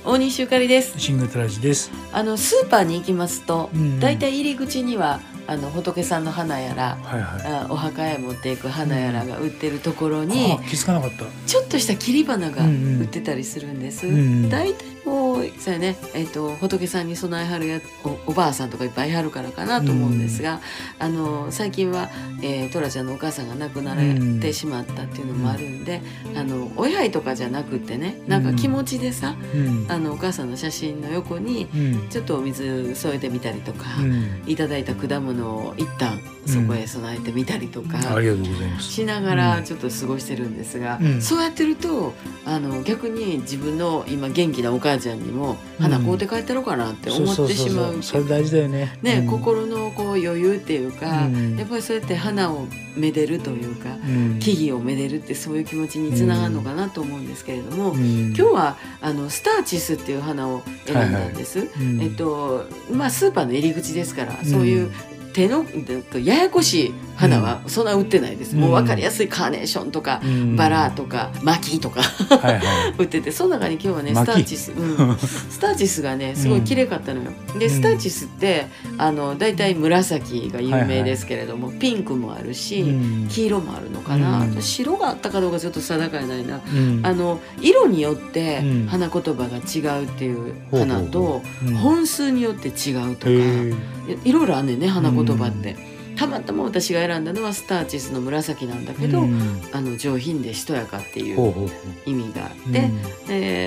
大西ゆかりです。 シングトラジです。 スーパーに行きますと、だいたい入り口には仏さんの花やら、お墓へ持っていく花やらが売ってるところに、 気づかなかった。 ちょっとした切り花が売ってたりするんです。だいたいもうそうやね、仏さんに供えはるおばあさんとかいっぱいはるからかなと思うんですが、最近は、トラちゃんのお母さんが亡くなられてしまったっていうのもあるんで、お祝いとかじゃなくってね、なんか気持ちでさ、お母さんの写真の横にちょっとお水添えてみたりとか、いただいた果物を一旦そこへ備えてみたりとか、 ありがとうございます。 しながらちょっと過ごしてるんですが、そうやってると逆に自分の今元気なお母ちゃんにも花買うて帰ったろかなって思ってしまう。 それ大事だよね。 心のこう余裕っていうか、やっぱりそうやって花をめでるというか、木々をめでるってそういう気持ちにつながるのかなと思うんですけれども、今日はスターチスっていう花を選んだんです。スーパーの入り口ですから、そういう手のややこしい花はそんな売ってないです。もう分かりやすいカーネーションとか、バラとかマキとか売ってて、その中に今日はねスターチスがねすごい綺麗かったのよ。でスターチスってだいたい紫が有名ですけれども、ピンクもあるし、黄色もあるのかな、白があったかどうかちょっと定かじゃないな。色によって花言葉が違うっていう花と、本数によって違うとか、いろいろあんねんね、花言葉って。たまたま私が選んだのはスターチスの紫なんだけど、上品でしとやかっていう意味があって、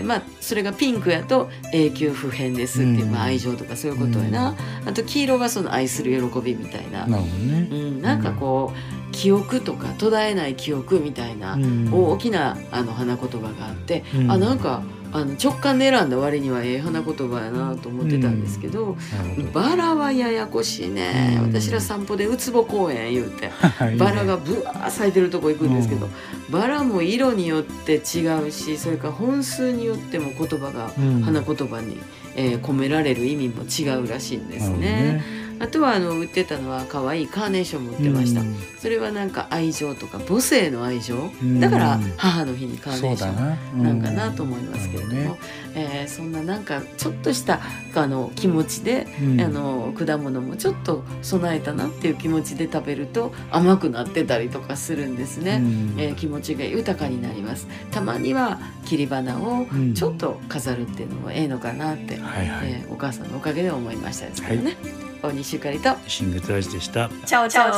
それがピンクやと永久不変ですっていう、愛情とかそういうことやな。あと黄色がその愛する喜びみたいな、なんかこう記憶とか途絶えない記憶みたいな大きな花言葉があって、なんか直感で選んだ割には花言葉やなと思ってたんですけど、バラはややこしいね。私ら散歩でウツボ公園言うてバラがブワー咲いてるとこ行くんですけど、バラも色によって違うし、それから本数によっても言葉が花言葉に込められる意味も違うらしいんですね。あとは売ってたのは可愛いカーネーションも売ってました。それはなんか愛情とか母性の愛情だから母の日にカーネーションなんかなと思いますけれども、そんななんかちょっとした気持ちで果物もちょっと備えたなっていう気持ちで食べると甘くなってたりとかするんですね。気持ちが豊かになります。たまには切り花をちょっと飾るっていうのものかなって、お母さんのおかげで思いましたですけどね。大西ゆかりとシングトラジでした。 チャオチャオ。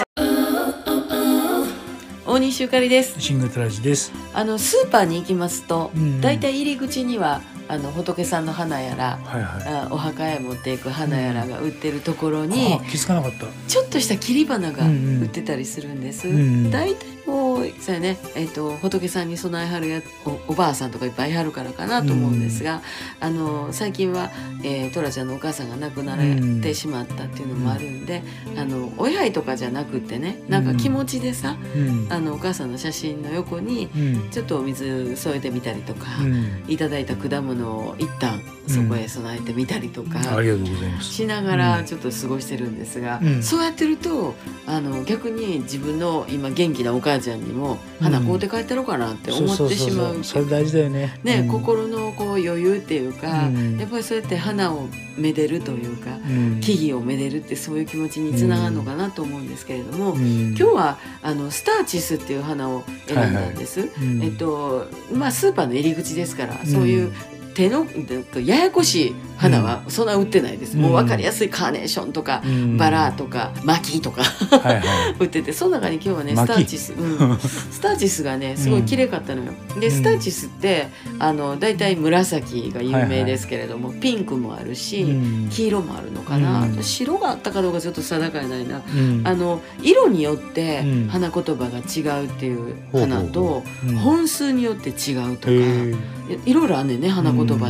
大西ゆかりです。 シングトラジです。 スーパーに行きますと、だいたい入り口には仏さんの花やら、お墓へ持っていく花やらが売ってるところに、 気づかなかった。 ちょっとした切り花が売ってたりするんです。だいたいもうそうやね、仏さんに供えはるおばあさんとかいっぱいはるからかなと思うんですが、最近は、トラちゃんのお母さんが亡くなられてしまったっていうのもあるんで、お祝いとかじゃなくってね、なんか気持ちでさ、お母さんの写真の横にちょっとお水添えてみたりとか、いただいた果物を一旦そこへ備えてみたりとか、 ありがとうございます。 しながらちょっと過ごしてるんですが、そうやってると逆に自分の今元気なお母ちゃんにも花買うて帰ったろかなって思ってしまう。 それ大事だよね。 心のこう余裕っていうか、やっぱりそうやって花をめでるというか、木々をめでるってそういう気持ちにつながるのかなと思うんですけれども、今日はスターチスっていう花を選んだんです。スーパーの入り口ですから、そういう手のややこしい花はそんな売ってないです。もう分かりやすいカーネーションとか、バラとかマキとか売ってて、その中に今日はねスターチスがねすごい綺麗かったのよ。でスターチスってだいたい紫が有名ですけれども、ピンクもあるし、黄色もあるのかな、白があったかどうかちょっと定かじゃないな。色によって花言葉が違うっていう花と、本数によって違うとか、いろいろあんねんね、花言葉って。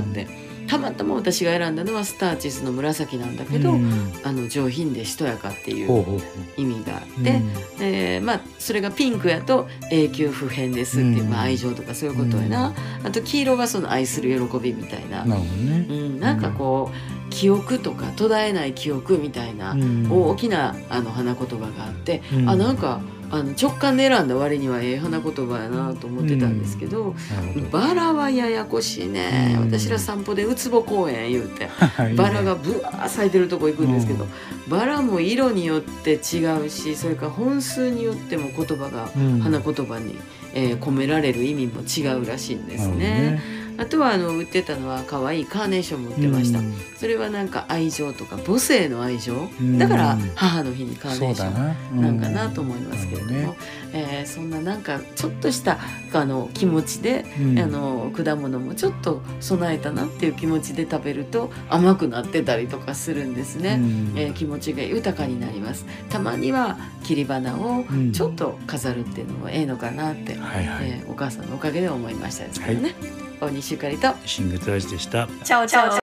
たまたま私が選んだのはスターチスの紫なんだけど、上品でしとやかっていう意味があって、それがピンクやと永久不変ですっていう、愛情とかそういうことやな。あと黄色がその愛する喜びみたいな、なんかこう記憶とか途絶えない記憶みたいな大きな花言葉があって、なんか直感で選んだ割には花言葉やなと思ってたんですけど、バラはややこしいね。私ら散歩でウツボ公園言うてバラがブワー咲いてるとこ行くんですけど、バラも色によって違うし、それから本数によっても言葉が、花言葉に、込められる意味も違うらしいんですね。あとは売ってたのは可愛いカーネーションも売ってました。それはなんか愛情とか母性の愛情だから母の日にカーネーションなんかなと思いますけれども、そんななんかちょっとした気持ちで、果物もちょっと備えたなっていう気持ちで食べると甘くなってたりとかするんですね。気持ちが豊かになります。たまには切り花をちょっと飾るっていうのものかなって、お母さんのおかげで思いましたですけどね。大西ゆかりとシングトラジでした。 チャオチャオ。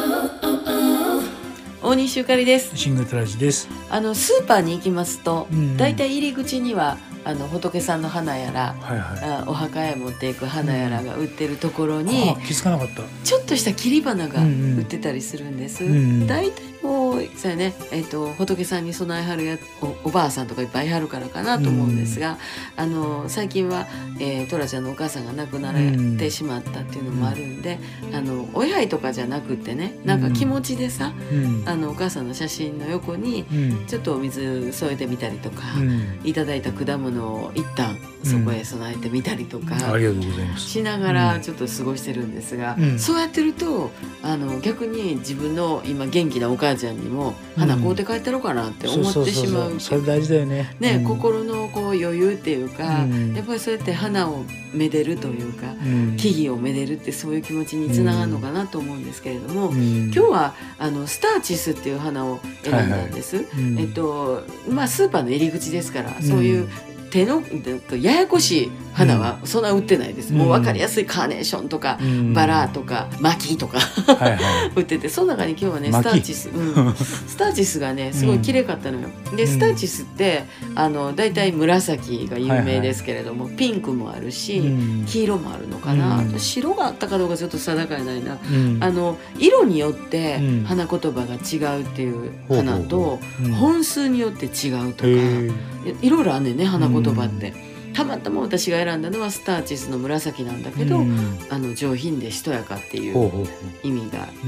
大西ゆかりです。 シングトラジです。 スーパーに行きますと、だいたい入り口には仏さんの花やら、お墓へ持っていく花やらが売ってるところに、 気づかなかった。 ちょっとした切り花が売ってたりするんです。だいたいもうそうやね、仏さんに供えはるおばあさんとかいっぱいはるからかなと思うんですが、最近は、トラちゃんのお母さんが亡くなられてしまったっていうのもあるんで、お祝いとかじゃなくってね、なんか気持ちでさ、お母さんの写真の横にちょっとお水添えてみたりとか、いただいた果物を一旦そこへ備えてみたりとか、 ありがとうございます。 しながらちょっと過ごしてるんですが、そうやってると逆に自分の今元気なお母ちゃんにも花買うて帰ったろうかなって思ってしまう。 それ大事だよね。 心の余裕っていうか、やっぱりそうやって花をめでるというか、木々をめでるってそういう気持ちにつながるのかなと思うんですけれども、今日はスターチスっていう花を選んだんです。スーパーの入り口ですから、そういう手のややこしい花はそんな売ってないです。もう分かりやすいカーネーションとか、バラとかマキとか売ってて、その中に今日はねスターチスがねすごい綺麗かったのよ。でスターチスってだいたい紫が有名ですけれども、ピンクもあるし、黄色もあるのかな、あと白があったかどうかちょっと定かじゃないな。色によって花言葉が違うっていう花と、本数によって違うとかいろいろあんねんね、花言葉って。たまたま私が選んだのはスターチスの紫なんだけど、上品でしとやかっていう意味があって、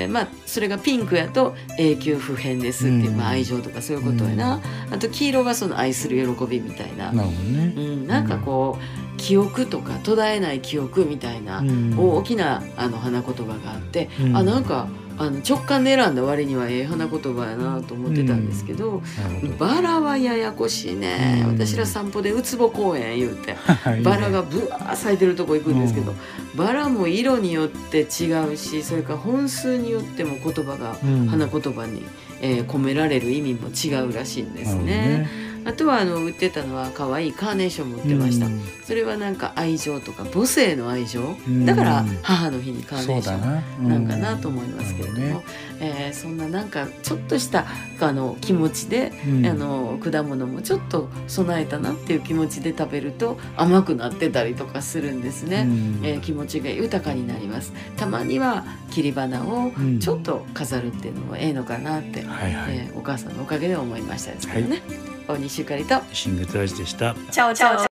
それがピンクやと永久不変ですっていう、愛情とかそういうことやな。あと黄色がその愛する喜びみたいな、なんかこう記憶とか途絶えない記憶みたいな大きな花言葉があって、なんか直感で選んだ割には花言葉やなと思ってたんですけど、バラはややこしいね。私ら散歩でウツボ公園言うてバラがブワー咲いてるとこ行くんですけど、バラも色によって違うし、それから本数によっても言葉が花言葉に、込められる意味も違うらしいんですね。あとは売ってたのは可愛いカーネーションも売ってました。それはなんか愛情とか母性の愛情だから母の日にカーネーションなんかなと思いますけれども、そんななんかちょっとした気持ちで、果物もちょっと備えたなっていう気持ちで食べると甘くなってたりとかするんですね。気持ちが豊かになります。たまには切り花をちょっと飾るっていうのものかなって、お母さんのおかげで思いましたですけどね。大西ゆかりとシングトラジでした。 チャオチャオ。